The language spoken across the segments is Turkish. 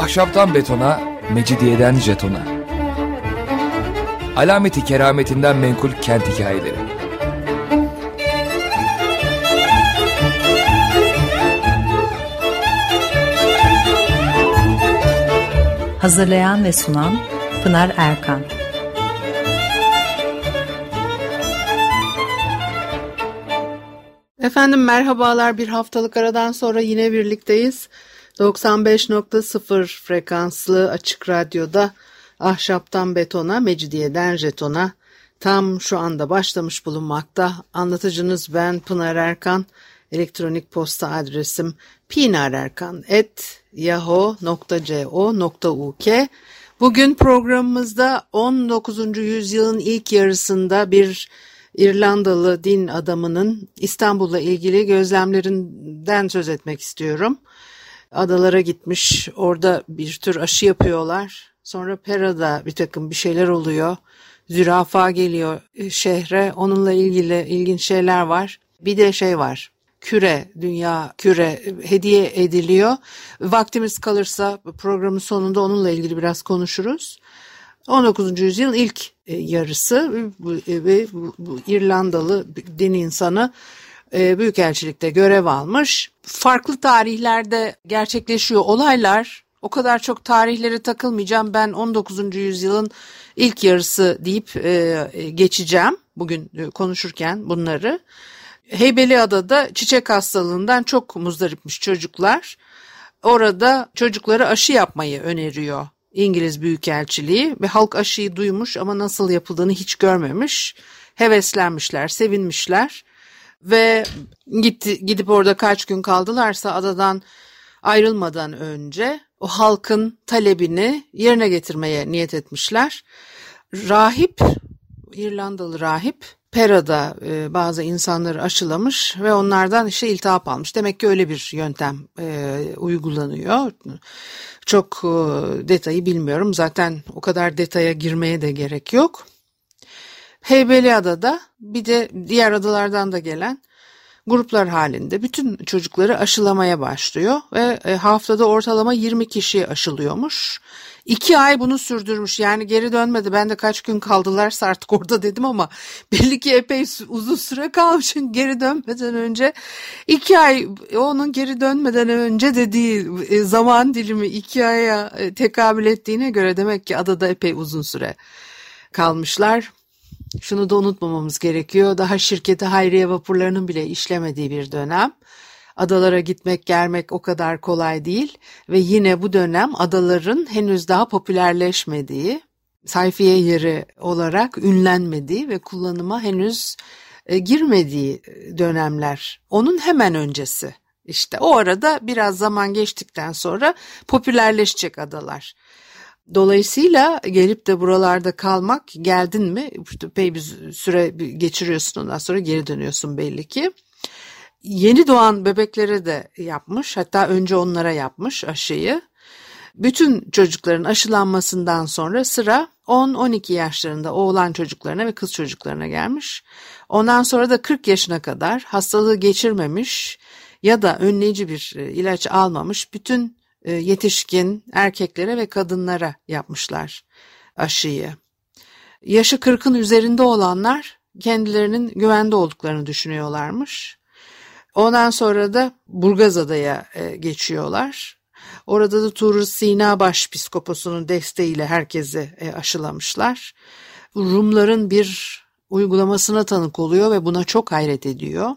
Ahşaptan betona, mecidiyeden jetona. Alameti kerametinden menkul kent hikayeleri. Hazırlayan ve sunan Pınar Erkan. Efendim merhabalar, bir haftalık aradan sonra yine birlikteyiz. 95.0 frekanslı açık radyoda ahşaptan betona, mecidiyeden jetona tam şu anda başlamış bulunmakta. Anlatıcınız ben Pınar Erkan. Elektronik posta adresim pinarerkan@yahoo.co.uk. Bugün programımızda 19. yüzyılın ilk yarısında bir İrlandalı din adamının İstanbul'la ilgili gözlemlerinden söz etmek istiyorum. Adalara gitmiş, orada bir tür aşı yapıyorlar. Sonra Pera'da bir takım bir şeyler oluyor. Zürafa geliyor şehre, onunla ilgili ilginç şeyler var. Bir de şey var, küre, dünya küre hediye ediliyor. Vaktimiz kalırsa programın sonunda onunla ilgili biraz konuşuruz. 19. yüzyıl ilk yarısı ve bu İrlandalı din insanı büyükelçilikte görev almış. Farklı tarihlerde gerçekleşiyor olaylar. O kadar çok tarihleri takılmayacağım. Ben 19. yüzyılın ilk yarısı deyip geçeceğim bugün konuşurken bunları. Heybeliada'da çiçek hastalığından çok muzdaripmiş çocuklar. Orada çocuklara aşı yapmayı öneriyor İngiliz Büyükelçiliği ve halk aşıyı duymuş ama nasıl yapıldığını hiç görmemiş. Heveslenmişler, sevinmişler ve gidip orada kaç gün kaldılarsa adadan ayrılmadan önce o halkın talebini yerine getirmeye niyet etmişler. Rahip, İrlandalı rahip Pera'da bazı insanları aşılamış ve onlardan işte iltihap almış. Demek ki öyle bir yöntem uygulanıyor. Çok detayı bilmiyorum. Zaten o kadar detaya girmeye de gerek yok. Heybeliada'da bir de diğer adalardan da gelen gruplar halinde bütün çocukları aşılamaya başlıyor ve haftada ortalama 20 kişi aşılıyormuş. 2 ay bunu sürdürmüş, yani geri dönmedi. Ben de kaç gün kaldılarsa artık orada dedim ama belli ki epey uzun süre kalmış. Geri dönmeden önce 2 ay, onun geri dönmeden önce dediği zaman dilimi 2 aya tekabül ettiğine göre demek ki adada epey uzun süre kalmışlar. Şunu da unutmamamız gerekiyor. Daha şirketi hayriye vapurlarının bile işlemediği bir dönem. Adalara gitmek gelmek o kadar kolay değil ve yine bu dönem adaların henüz daha popülerleşmediği, sayfiye yeri olarak ünlenmediği ve kullanıma henüz girmediği dönemler. Onun hemen öncesi. İşte o arada biraz zaman geçtikten sonra popülerleşecek adalar. Dolayısıyla gelip de buralarda kalmak, geldin mi işte epey bir süre geçiriyorsun, ondan sonra geri dönüyorsun belli ki. Yeni doğan bebeklere de yapmış, hatta önce onlara yapmış aşıyı. Bütün çocukların aşılanmasından sonra sıra 10-12 yaşlarında oğlan çocuklarına ve kız çocuklarına gelmiş. Ondan sonra da 40 yaşına kadar hastalığı geçirmemiş ya da önleyici bir ilaç almamış bütün yetişkin erkeklere ve kadınlara yapmışlar aşıyı. Yaşı 40'ın üzerinde olanlar kendilerinin güvende olduklarını düşünüyorlarmış. Ondan sonra da Burgazada'ya geçiyorlar. Orada da Tur Sina Başpiskoposu'nun desteğiyle herkesi aşılamışlar. Rumların bir uygulamasına tanık oluyor ve buna çok hayret ediyor.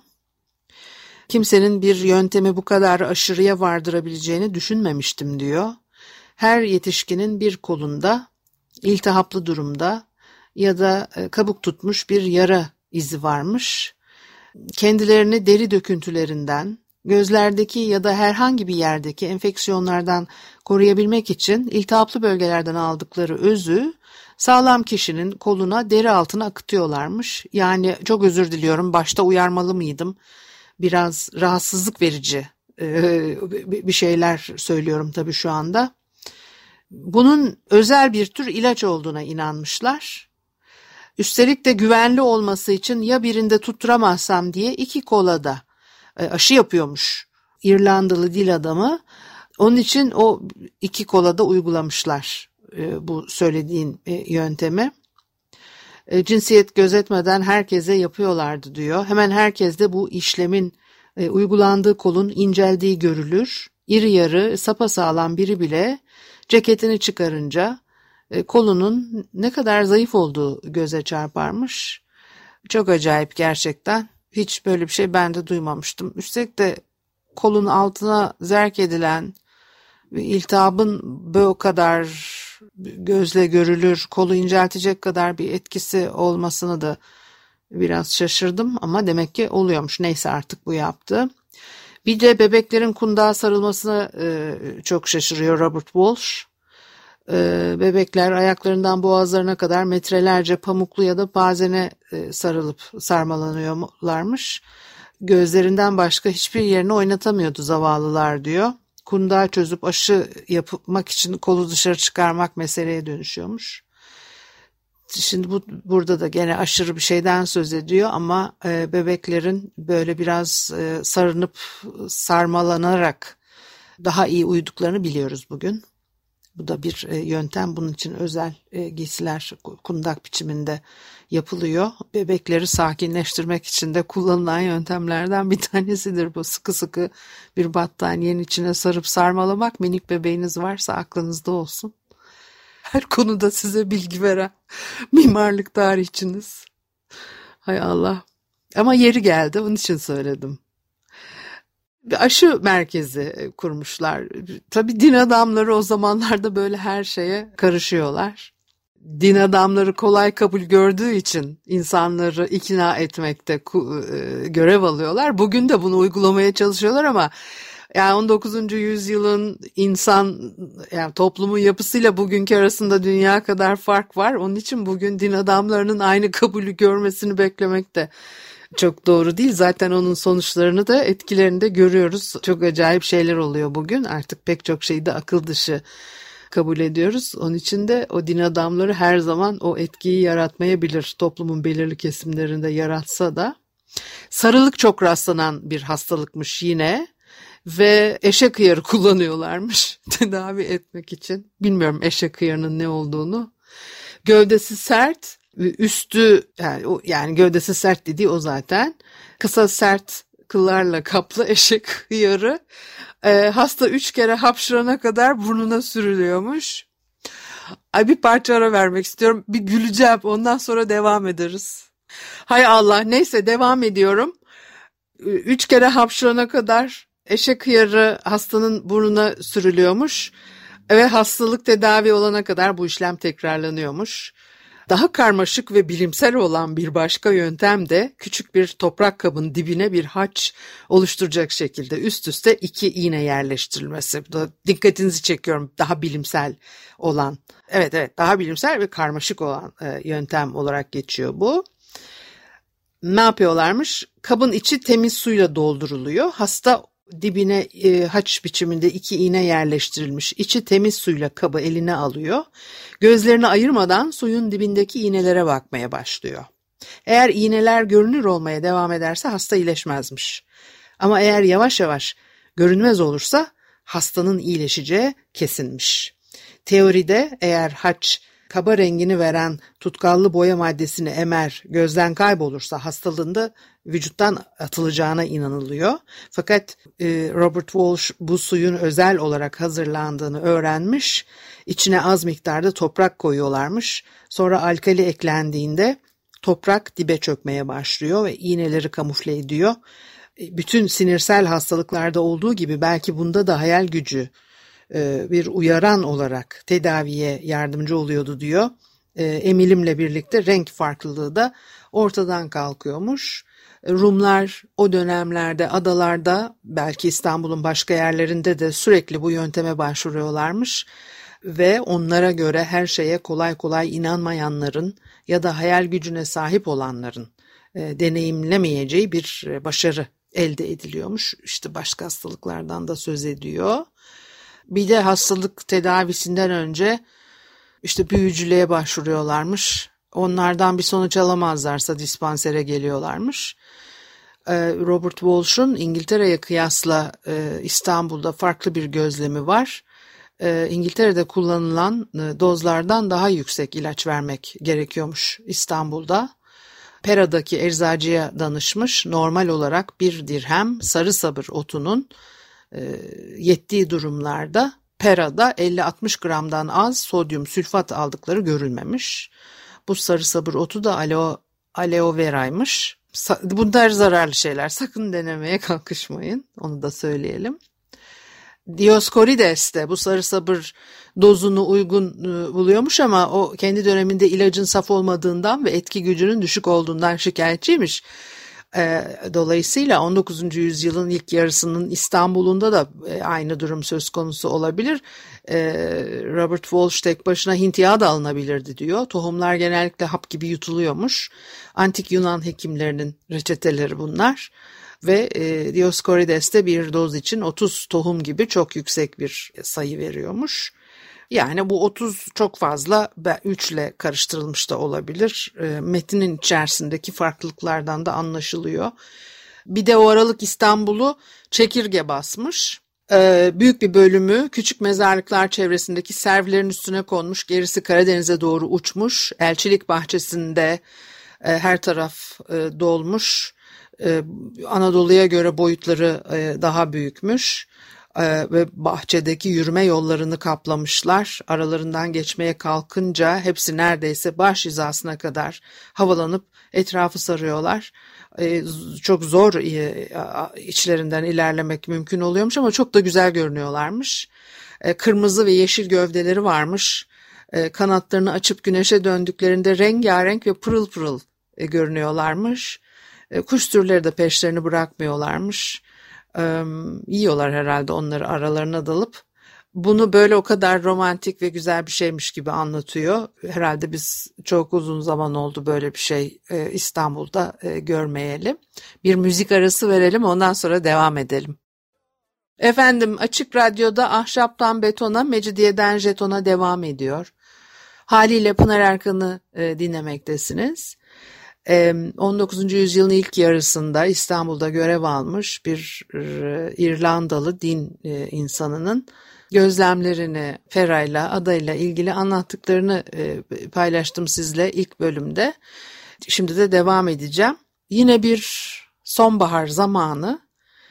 Kimsenin bir yöntemi bu kadar aşırıya vardırabileceğini düşünmemiştim diyor. Her yetişkinin bir kolunda iltihaplı durumda ya da kabuk tutmuş bir yara izi varmış. Kendilerini deri döküntülerinden, gözlerdeki ya da herhangi bir yerdeki enfeksiyonlardan koruyabilmek için iltihaplı bölgelerden aldıkları özü sağlam kişinin koluna, deri altına akıtıyorlarmış. Yani çok özür diliyorum, başta uyarmalı mıydım? Biraz rahatsızlık verici bir şeyler söylüyorum tabii şu anda. Bunun özel bir tür ilaç olduğuna inanmışlar. Üstelik de güvenli olması için ya birinde tutturamazsam diye 2 kola da aşı yapıyormuş İrlandalı dil adamı. Onun için o 2 kola da uygulamışlar bu söylediğin yöntemi. Cinsiyet gözetmeden herkese yapıyorlardı diyor. Hemen herkeste bu işlemin uygulandığı kolun inceldiği görülür. İri yarı sapasağlam biri bile ceketini çıkarınca kolunun ne kadar zayıf olduğu göze çarparmış. Çok acayip gerçekten. Hiç böyle bir şey ben de duymamıştım. Üstelik de kolun altına zerk edilen iltihabın böyle kadar gözle görülür, kolu inceltecek kadar bir etkisi olmasını da biraz şaşırdım ama demek ki oluyormuş. Neyse artık bu yaptı. Bir de bebeklerin kundağa sarılmasına çok şaşırıyor Robert Walsh. Bebekler ayaklarından boğazlarına kadar metrelerce pamuklu ya da bazene sarılıp sarmalanıyorlarmış. Gözlerinden başka hiçbir yerini oynatamıyordu zavallılar diyor. Kundağı çözüp aşı yapmak için kolu dışarı çıkarmak meseleye dönüşüyormuş. Şimdi burada da gene aşırı bir şeyden söz ediyor ama bebeklerin böyle biraz sarınıp sarmalanarak daha iyi uyuduklarını biliyoruz bugün. Bu da bir yöntem. Bunun için özel giysiler kundak biçiminde yapılıyor. Bebekleri sakinleştirmek için de kullanılan yöntemlerden bir tanesidir bu. Sıkı sıkı bir battaniyenin içine sarıp sarmalamak. Minik bebeğiniz varsa aklınızda olsun. Her konuda size bilgi veren mimarlık tarihçiniz. Hay Allah. Ama yeri geldi, onun için söyledim. Bir aşı merkezi kurmuşlar. Tabii din adamları o zamanlarda böyle her şeye karışıyorlar. Din adamları kolay kabul gördüğü için insanları ikna etmekte görev alıyorlar. Bugün de bunu uygulamaya çalışıyorlar ama yani 19. yüzyılın yani toplumun yapısıyla bugünkü arasında dünya kadar fark var. Onun için bugün din adamlarının aynı kabulü görmesini beklemek de çok doğru değil. Zaten onun sonuçlarını da etkilerini de görüyoruz. Çok acayip şeyler oluyor bugün. Artık pek çok şeyi de akıl dışı kabul ediyoruz. Onun için de o din adamları her zaman o etkiyi yaratmayabilir. Toplumun belirli kesimlerinde yaratsa da. Sarılık çok rastlanan bir hastalıkmış yine. Ve eşek hıyarı kullanıyorlarmış tedavi etmek için. Bilmiyorum eşek hıyarının ne olduğunu. Gövdesi sert, üstü yani gövdesi sert dediği o zaten. Kısa sert kıllarla kaplı eşek hıyarı hasta 3 kere hapşırana kadar burnuna sürülüyormuş. Ay bir parça ara vermek istiyorum. Bir güleceğim, ondan sonra devam ederiz. Hay Allah, neyse devam ediyorum. 3 kere hapşırana kadar eşek hıyarı hastanın burnuna sürülüyormuş ve hastalık tedavi olana kadar bu işlem tekrarlanıyormuş. Daha karmaşık ve bilimsel olan bir başka yöntem de küçük bir toprak kabın dibine bir haç oluşturacak şekilde üst üste 2 iğne yerleştirilmesi. Dikkatinizi çekiyorum, daha bilimsel olan. Evet daha bilimsel ve karmaşık olan yöntem olarak geçiyor bu. Ne yapıyorlarmış? Kabın içi temiz suyla dolduruluyor. Hasta dibine haç biçiminde 2 iğne yerleştirilmiş. İçi temiz suyla kabı eline alıyor. Gözlerini ayırmadan suyun dibindeki iğnelere bakmaya başlıyor. Eğer iğneler görünür olmaya devam ederse hasta iyileşmezmiş. Ama eğer yavaş yavaş görünmez olursa hastanın iyileşeceği kesinmiş. Teoride eğer haç kaba rengini veren tutkallı boya maddesini emer, gözden kaybolursa hastalığında vücuttan atılacağına inanılıyor. Fakat Robert Walsh bu suyun özel olarak hazırlandığını öğrenmiş. İçine az miktarda toprak koyuyorlarmış. Sonra alkali eklendiğinde toprak dibe çökmeye başlıyor ve iğneleri kamufle ediyor. Bütün sinirsel hastalıklarda olduğu gibi belki bunda da hayal gücü bir uyaran olarak tedaviye yardımcı oluyordu diyor. Emilimle birlikte renk farklılığı da ortadan kalkıyormuş. Rumlar o dönemlerde adalarda, belki İstanbul'un başka yerlerinde de sürekli bu yönteme başvuruyorlarmış ve onlara göre her şeye kolay kolay inanmayanların ya da hayal gücüne sahip olanların deneyimlemeyeceği bir başarı elde ediliyormuş. İşte başka hastalıklardan da söz ediyor. Bir de hastalık tedavisinden önce işte büyücülüğe başvuruyorlarmış. Onlardan bir sonuç alamazlarsa dispansere geliyorlarmış. Robert Walsh'un İngiltere'ye kıyasla İstanbul'da farklı bir gözlemi var. İngiltere'de kullanılan dozlardan daha yüksek ilaç vermek gerekiyormuş İstanbul'da. Pera'daki eczacıya danışmış. Normal olarak 1 dirhem sarı sabır otunun yettiği durumlarda Pera'da 50-60 gramdan az sodyum sülfat aldıkları görülmemiş. Bu sarı sabır otu da aloe vera'ymış. Bunlar zararlı şeyler. Sakın denemeye kalkışmayın. Onu da söyleyelim. Dioskorides de bu sarı sabır dozunu uygun buluyormuş ama o kendi döneminde ilacın saf olmadığından ve etki gücünün düşük olduğundan şikayetçiymiş. Dolayısıyla 19. yüzyılın ilk yarısının İstanbul'unda da aynı durum söz konusu olabilir. Robert Walsh tek başına Hint yağı da alınabilirdi diyor. Tohumlar genellikle hap gibi yutuluyormuş. Antik Yunan hekimlerinin reçeteleri bunlar. Ve Dioskorides'te bir doz için 30 tohum gibi çok yüksek bir sayı veriyormuş. Yani bu 30 çok fazla, 3 ile karıştırılmış da olabilir. Metinin içerisindeki farklılıklardan da anlaşılıyor. Bir de o aralık İstanbul'u çekirge basmış. Büyük bir bölümü küçük mezarlıklar çevresindeki servilerin üstüne konmuş. Gerisi Karadeniz'e doğru uçmuş. Elçilik bahçesinde her taraf dolmuş. Anadolu'ya göre boyutları daha büyükmüş ve bahçedeki yürüme yollarını kaplamışlar. Aralarından geçmeye kalkınca hepsi neredeyse baş hizasına kadar havalanıp etrafı sarıyorlar. Çok zor içlerinden ilerlemek mümkün oluyormuş ama çok da güzel görünüyorlarmış. Kırmızı ve yeşil gövdeleri varmış. Kanatlarını açıp güneşe döndüklerinde rengarenk ve pırıl pırıl görünüyorlarmış. Kuş türleri de peşlerini bırakmıyorlarmış. Yiyorlar herhalde onları aralarına dalıp. Bunu böyle o kadar romantik ve güzel bir şeymiş gibi anlatıyor. Herhalde biz çok uzun zaman oldu böyle bir şey İstanbul'da görmeyeli. Bir müzik arası verelim, ondan sonra devam edelim. Efendim, Açık Radyo'da Ahşaptan Betona, Mecidiyeden Jeton'a devam ediyor. Haliyle Pınar Erkan'ı dinlemektesiniz. 19. yüzyılın ilk yarısında İstanbul'da görev almış bir İrlandalı din insanının gözlemlerini Fera'yla, adayla ilgili anlattıklarını paylaştım sizle ilk bölümde. Şimdi de devam edeceğim. Yine bir sonbahar zamanı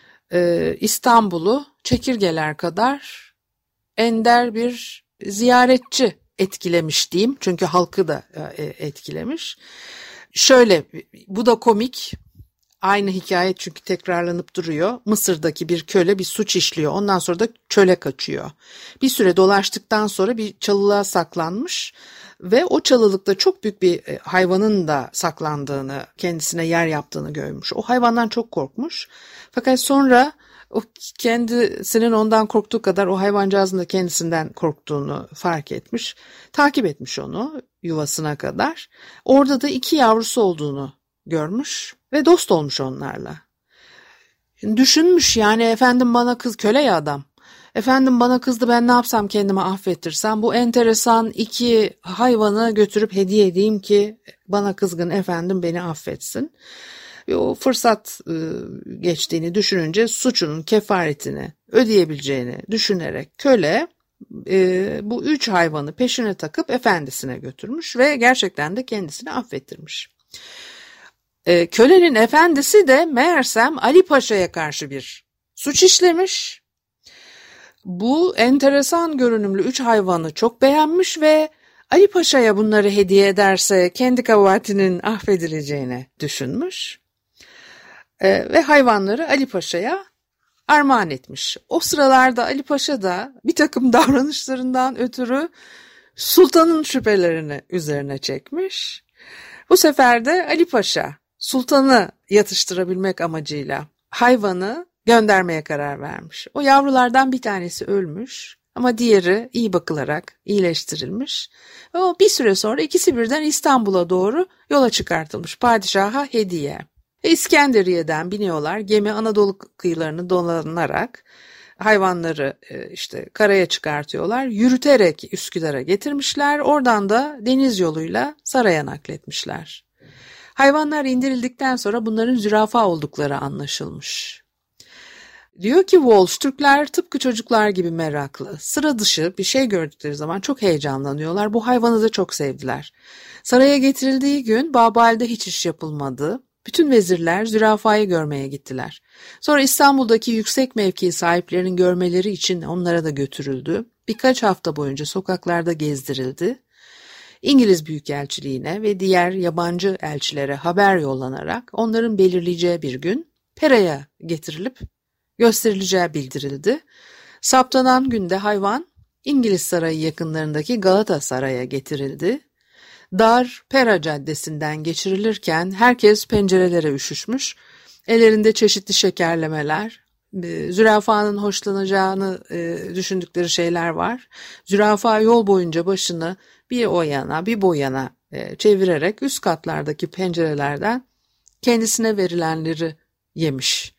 İstanbul'u çekirgeler kadar ender bir ziyaretçi etkilemiş diyeyim. Çünkü halkı da etkilemiş. Şöyle, bu da komik. Aynı hikaye çünkü tekrarlanıp duruyor. Mısır'daki bir köle bir suç işliyor. Ondan sonra da çöle kaçıyor. Bir süre dolaştıktan sonra bir çalılığa saklanmış ve o çalılıkta çok büyük bir hayvanın da saklandığını, kendisine yer yaptığını görmüş. O hayvandan çok korkmuş. Fakat sonra o kendisinin ondan korktuğu kadar o hayvancağızın da kendisinden korktuğunu fark etmiş. Takip etmiş onu yuvasına kadar. Orada da 2 yavrusu olduğunu görmüş ve dost olmuş onlarla. Düşünmüş yani, efendim bana kız, köle ya adam. Efendim bana kızdı, ben ne yapsam kendimi affettirsem, bu enteresan 2 hayvanı götürüp hediye edeyim ki bana kızgın efendim beni affetsin. O fırsat geçtiğini düşününce suçunun kefaretini ödeyebileceğini düşünerek köle bu 3 hayvanı peşine takıp efendisine götürmüş ve gerçekten de kendisini affettirmiş. Kölenin efendisi de meğersem Ali Paşa'ya karşı bir suç işlemiş. Bu enteresan görünümlü 3 hayvanı çok beğenmiş ve Ali Paşa'ya bunları hediye ederse kendi kabahatinin affedileceğini düşünmüş. Ve hayvanları Ali Paşa'ya armağan etmiş. O sıralarda Ali Paşa da bir takım davranışlarından ötürü sultanın şüphelerini üzerine çekmiş. Bu sefer de Ali Paşa sultanı yatıştırabilmek amacıyla hayvanı göndermeye karar vermiş. O yavrulardan bir tanesi ölmüş ama diğeri iyi bakılarak iyileştirilmiş. Ve o bir süre sonra ikisi birden İstanbul'a doğru yola çıkartılmış, padişaha hediye. İskenderiye'den biniyorlar, gemi Anadolu kıyılarını dolanarak hayvanları karaya çıkartıyorlar, yürüterek Üsküdar'a getirmişler, oradan da deniz yoluyla saraya nakletmişler. Hayvanlar indirildikten sonra bunların zürafa oldukları anlaşılmış. Diyor ki Walsh, Türkler tıpkı çocuklar gibi meraklı. Sıra dışı bir şey gördükleri zaman çok heyecanlanıyorlar. Bu hayvanı da çok sevdiler. Saraya getirildiği gün Babal'de hiç iş yapılmadı. Bütün vezirler zürafayı görmeye gittiler. Sonra İstanbul'daki yüksek mevki sahiplerinin görmeleri için onlara da götürüldü. Birkaç hafta boyunca sokaklarda gezdirildi. İngiliz Büyükelçiliğine ve diğer yabancı elçilere haber yollanarak onların belirleyeceği bir gün Pera'ya getirilip gösterileceği bildirildi. Saptanan günde hayvan İngiliz Sarayı yakınlarındaki Galata Sarayı'ya getirildi. Dar Pera Caddesi'nden geçirilirken herkes pencerelere üşüşmüş. Ellerinde çeşitli şekerlemeler, zürafanın hoşlanacağını düşündükleri şeyler var. Zürafa yol boyunca başını bir o yana bir bu yana çevirerek üst katlardaki pencerelerden kendisine verilenleri yemiş.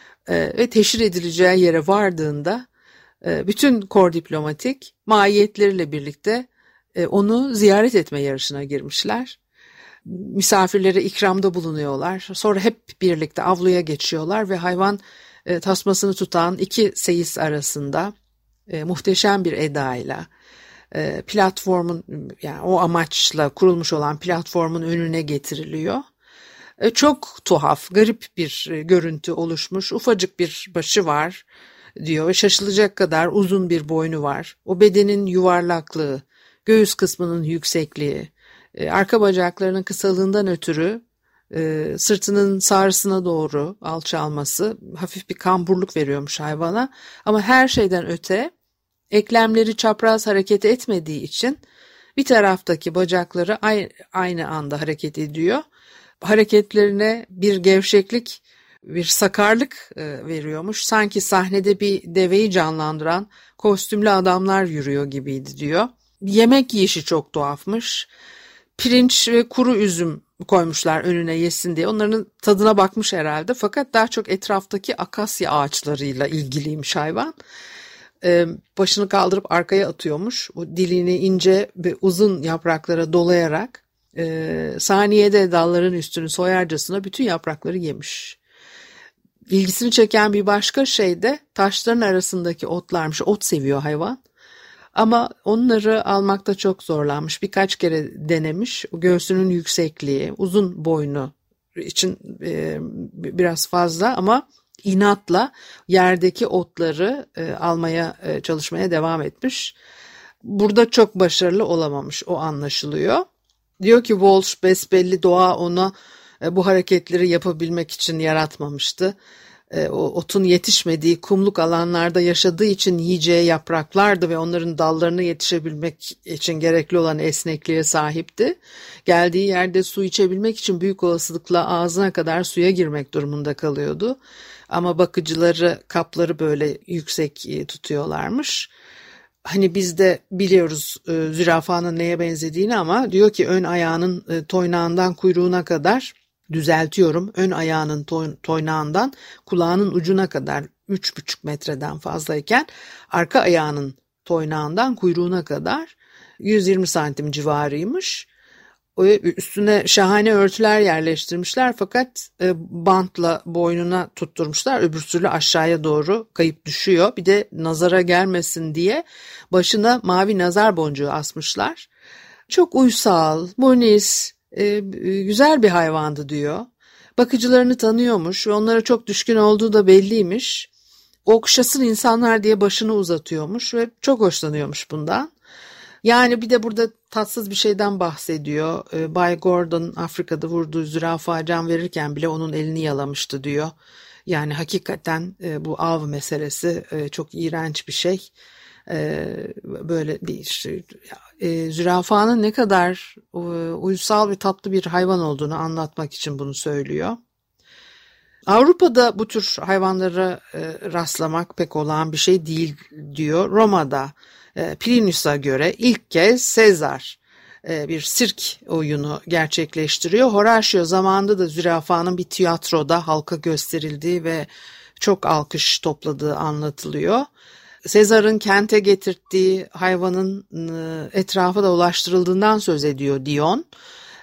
Ve teşhir edileceği yere vardığında bütün kor diplomatik maiyetleriyle birlikte onu ziyaret etme yarışına girmişler. Misafirlere ikramda bulunuyorlar. Sonra hep birlikte avluya geçiyorlar ve hayvan tasmasını tutan iki seyis arasında muhteşem bir edayla platformun, yani o amaçla kurulmuş olan platformun önüne getiriliyor. Çok tuhaf, garip bir görüntü oluşmuş. Ufacık bir başı var diyor ve şaşılacak kadar uzun bir boynu var. O bedenin yuvarlaklığı, göğüs kısmının yüksekliği, arka bacaklarının kısalığından ötürü sırtının sağrısına doğru alçalması hafif bir kamburluk veriyormuş hayvana. Ama her şeyden öte eklemleri çapraz hareket etmediği için bir taraftaki bacakları aynı anda hareket ediyor. Hareketlerine bir gevşeklik, bir sakarlık veriyormuş. Sanki sahnede bir deveyi canlandıran kostümlü adamlar yürüyor gibiydi diyor. Yemek yiyişi çok tuhafmış. Pirinç ve kuru üzüm koymuşlar önüne yesin diye. Onların tadına bakmış herhalde. Fakat daha çok etraftaki akasya ağaçlarıyla ilgiliymiş hayvan. Başını kaldırıp arkaya atıyormuş. O dilini ince ve uzun yapraklara dolayarak saniyede dalların üstünü soyarcasına bütün yaprakları yemiş. İlgisini çeken bir başka şey de taşların arasındaki otlarmış. Ot seviyor hayvan. Ama onları almakta çok zorlanmış. Birkaç kere denemiş. Göğsünün yüksekliği, uzun boynu için biraz fazla ama inatla yerdeki otları almaya çalışmaya devam etmiş. Burada çok başarılı olamamış, o anlaşılıyor. Diyor ki Walsh, besbelli doğa ona bu hareketleri yapabilmek için yaratmamıştı. O otun yetişmediği kumluk alanlarda yaşadığı için yiyeceği yapraklardı ve onların dallarına yetişebilmek için gerekli olan esnekliğe sahipti. Geldiği yerde su içebilmek için büyük olasılıkla ağzına kadar suya girmek durumunda kalıyordu. Ama bakıcıları kapları böyle yüksek tutuyorlarmış. Hani biz de biliyoruz zürafanın neye benzediğini ama diyor ki ön ayağının toynağından kuyruğuna kadar, düzeltiyorum, ön ayağının toynağından kulağının ucuna kadar 3,5 metreden fazlayken arka ayağının toynağından kuyruğuna kadar 120 santim civarıymış. Üstüne şahane örtüler yerleştirmişler fakat bantla boynuna tutturmuşlar. Öbür türlü aşağıya doğru kayıp düşüyor. Bir de nazara gelmesin diye başına mavi nazar boncuğu asmışlar. Çok uysal, munis, güzel bir hayvandı diyor. Bakıcılarını tanıyormuş ve onlara çok düşkün olduğu da belliymiş. Okşasın insanlar diye başını uzatıyormuş ve çok hoşlanıyormuş bundan. Yani bir de burada tatsız bir şeyden bahsediyor. Bay Gordon Afrika'da vurduğu zürafa can verirken bile onun elini yalamıştı diyor. Yani hakikaten bu av meselesi çok iğrenç bir şey. Böyle bir şey. Zürafanın ne kadar uysal ve tatlı bir hayvan olduğunu anlatmak için bunu söylüyor. Avrupa'da bu tür hayvanlara rastlamak pek olağan bir şey değil diyor. Roma'da Plinius'a göre ilk kez Sezar bir sirk oyunu gerçekleştiriyor. Horatio zamanında da zürafanın bir tiyatroda halka gösterildiği ve çok alkış topladığı anlatılıyor. Sezar'ın kente getirdiği hayvanın etrafa da ulaştırıldığından söz ediyor Dion.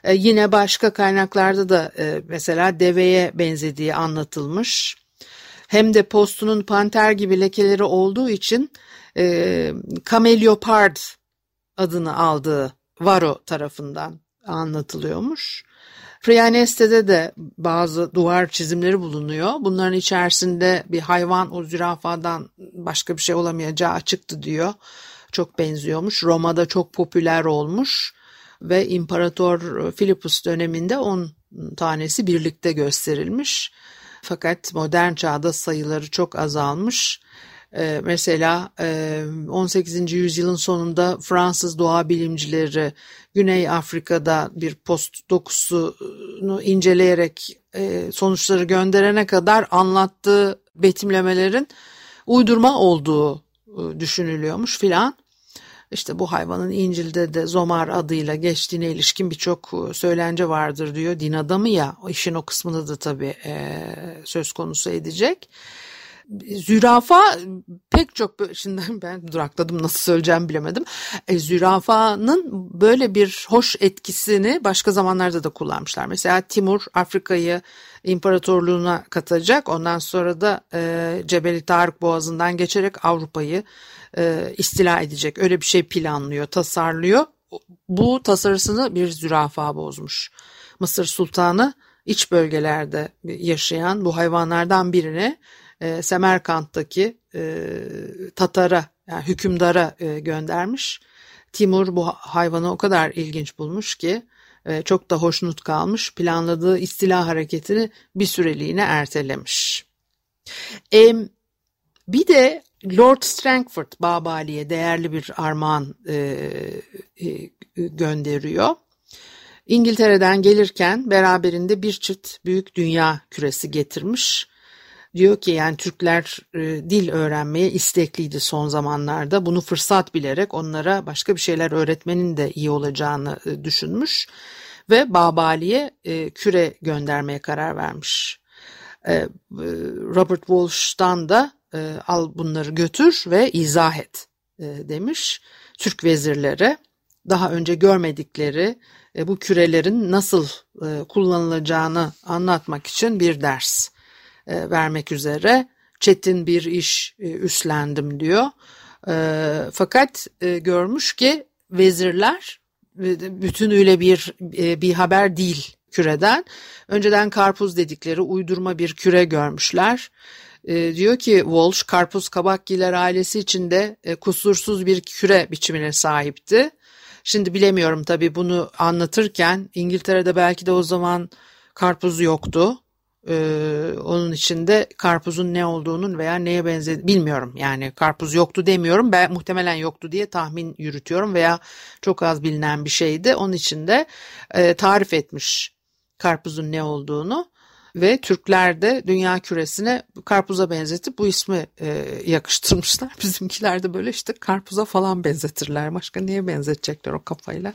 Yine başka kaynaklarda da mesela deveye benzediği anlatılmış. Hem de postunun panter gibi lekeleri olduğu için Camelopards adını aldığı Varro tarafından anlatılıyormuş. Prianeste'de de bazı duvar çizimleri bulunuyor. Bunların içerisinde bir hayvan o zürafadan başka bir şey olamayacağı açıktı diyor. Çok benziyormuş. Roma'da çok popüler olmuş ve İmparator Philippus döneminde 10 tanesi birlikte gösterilmiş. Fakat modern çağda sayıları çok azalmış. Mesela 18. yüzyılın sonunda Fransız doğa bilimcileri Güney Afrika'da bir post dokusunu inceleyerek sonuçları gönderene kadar anlattığı betimlemelerin uydurma olduğu düşünülüyormuş filan. İşte bu hayvanın İncil'de de Zomar adıyla geçtiğine ilişkin birçok söylence vardır diyor. Din adamı ya, o işin o kısmını da tabii söz konusu edecek. Zürafa pek çok, şimdi ben durakladım, nasıl söyleyeceğimi bilemedim. Zürafanın böyle bir hoş etkisini başka zamanlarda da kullanmışlar. Mesela Timur Afrika'yı imparatorluğuna katacak. Ondan sonra da Cebeli Tarık Boğazı'ndan geçerek Avrupa'yı istila edecek. Öyle bir şey planlıyor, tasarlıyor. Bu tasarısını bir zürafa bozmuş. Mısır Sultanı iç bölgelerde yaşayan bu hayvanlardan birini Semerkant'taki Tatar'a, yani hükümdara göndermiş. Timur bu hayvanı o kadar ilginç bulmuş ki çok da hoşnut kalmış. Planladığı istila hareketini bir süreliğine ertelemiş. Bir de Lord Strangford Babali'ye değerli bir armağan gönderiyor. İngiltere'den gelirken beraberinde bir çift büyük dünya küresi getirmiş. Diyor ki yani Türkler dil öğrenmeye istekliydi son zamanlarda. Bunu fırsat bilerek onlara başka bir şeyler öğretmenin de iyi olacağını düşünmüş. Ve Babali'ye küre göndermeye karar vermiş. Robert Walsh'tan da al bunları götür ve izah et demiş. Türk vezirlere daha önce görmedikleri bu kürelerin nasıl kullanılacağını anlatmak için bir ders vermek üzere çetin bir iş üstlendim diyor. Fakat görmüş ki vezirler bütünüyle bir haber değil küreden. Önceden karpuz dedikleri uydurma bir küre görmüşler. Diyor ki Walsh, karpuz kabakgiller ailesi içinde kusursuz bir küre biçimine sahipti. Şimdi bilemiyorum tabii bunu anlatırken İngiltere'de belki de o zaman karpuz yoktu. Onun içinde karpuzun ne olduğunun veya neye benzediğini bilmiyorum. Yani karpuz yoktu demiyorum. Ben muhtemelen yoktu diye tahmin yürütüyorum veya çok az bilinen bir şeydi. Onun içinde tarif etmiş karpuzun ne olduğunu ve Türkler de dünya küresine karpuza benzetip bu ismi yakıştırmışlar. Bizimkiler de böyle işte karpuza falan benzetirler. Başka neye benzetecekler o kafayla?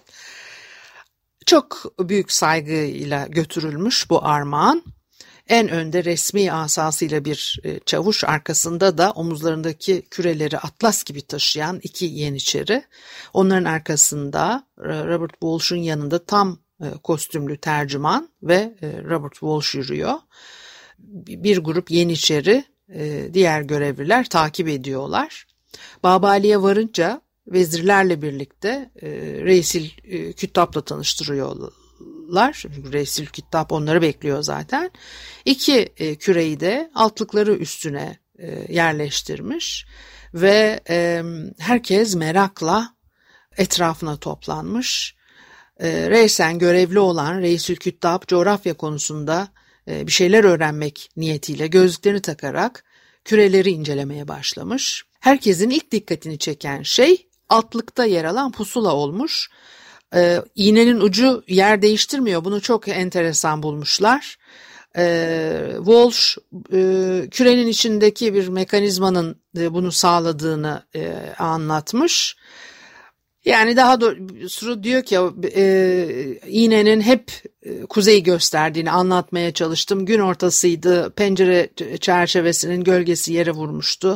Çok büyük saygıyla götürülmüş bu armağan. En önde resmi asasıyla bir çavuş, arkasında da omuzlarındaki küreleri atlas gibi taşıyan 2 yeniçeri. Onların arkasında Robert Walsh'un yanında tam kostümlü tercüman ve Robert Walsh yürüyor. Bir grup yeniçeri, diğer görevliler takip ediyorlar. Babali'ye varınca vezirlerle birlikte Reisil Küttab'la tanıştırıyorlar. Reisil Küttab onları bekliyor zaten. 2 küreyi de altlıkları üstüne yerleştirmiş ve herkes merakla etrafına toplanmış. Reysen görevli olan Reisil Küttab coğrafya konusunda bir şeyler öğrenmek niyetiyle gözlüklerini takarak küreleri incelemeye başlamış. Herkesin ilk dikkatini çeken şey altlıkta yer alan pusula olmuş. İğnenin ucu yer değiştirmiyor. Bunu çok enteresan bulmuşlar. Walsh kürenin içindeki bir mekanizmanın bunu sağladığını anlatmış. Yani daha doğrusu diyor ki iğnenin hep kuzeyi gösterdiğini anlatmaya çalıştım. Gün ortasıydı, pencere çerçevesinin gölgesi yere vurmuştu.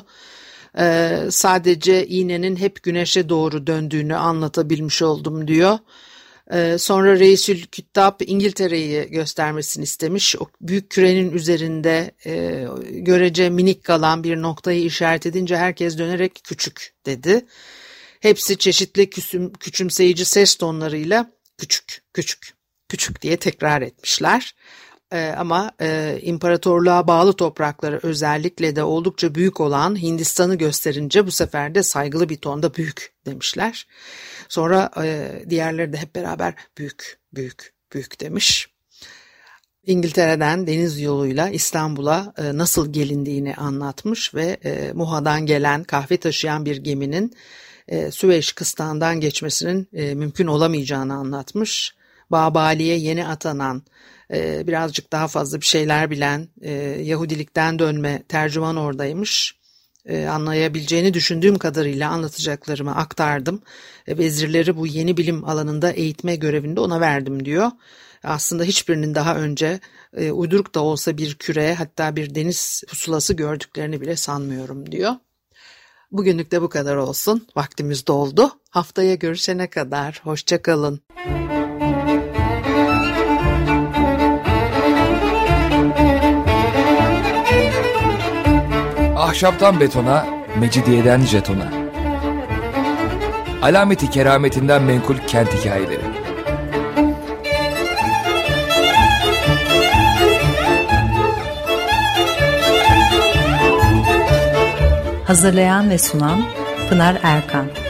Sadece iğnenin hep güneşe doğru döndüğünü anlatabilmiş oldum diyor. Sonra Reisül Küttab İngiltere'yi göstermesini istemiş. O büyük kürenin üzerinde görece minik kalan bir noktayı işaret edince herkes dönerek küçük dedi. Hepsi çeşitli küçümseyici ses tonlarıyla küçük, küçük, küçük diye tekrar etmişler. Ama imparatorluğa bağlı toprakları özellikle de oldukça büyük olan Hindistan'ı gösterince bu sefer de saygılı bir tonda büyük demişler. Sonra diğerleri de hep beraber büyük, büyük, büyük demiş. İngiltere'den deniz yoluyla İstanbul'a nasıl gelindiğini anlatmış ve Muha'dan gelen kahve taşıyan bir geminin Süveyş kıstağından geçmesinin mümkün olamayacağını anlatmış. Babali'ye yeni atanan, birazcık daha fazla bir şeyler bilen, Yahudilikten dönme tercüman oradaymış. Anlayabileceğini düşündüğüm kadarıyla anlatacaklarımı aktardım. Vezirleri bu yeni bilim alanında eğitme görevinde ona verdim diyor. Aslında hiçbirinin daha önce uyduruk da olsa bir küre, hatta bir deniz pusulası gördüklerini bile sanmıyorum diyor. Bugünlük de bu kadar olsun. Vaktimiz doldu. Haftaya görüşene kadar hoşça kalın. Ahşaptan betona, mecidiyeden jetona. Alameti kerametinden menkul kent hikayeleri. Hazırlayan ve sunan Pınar Erkan.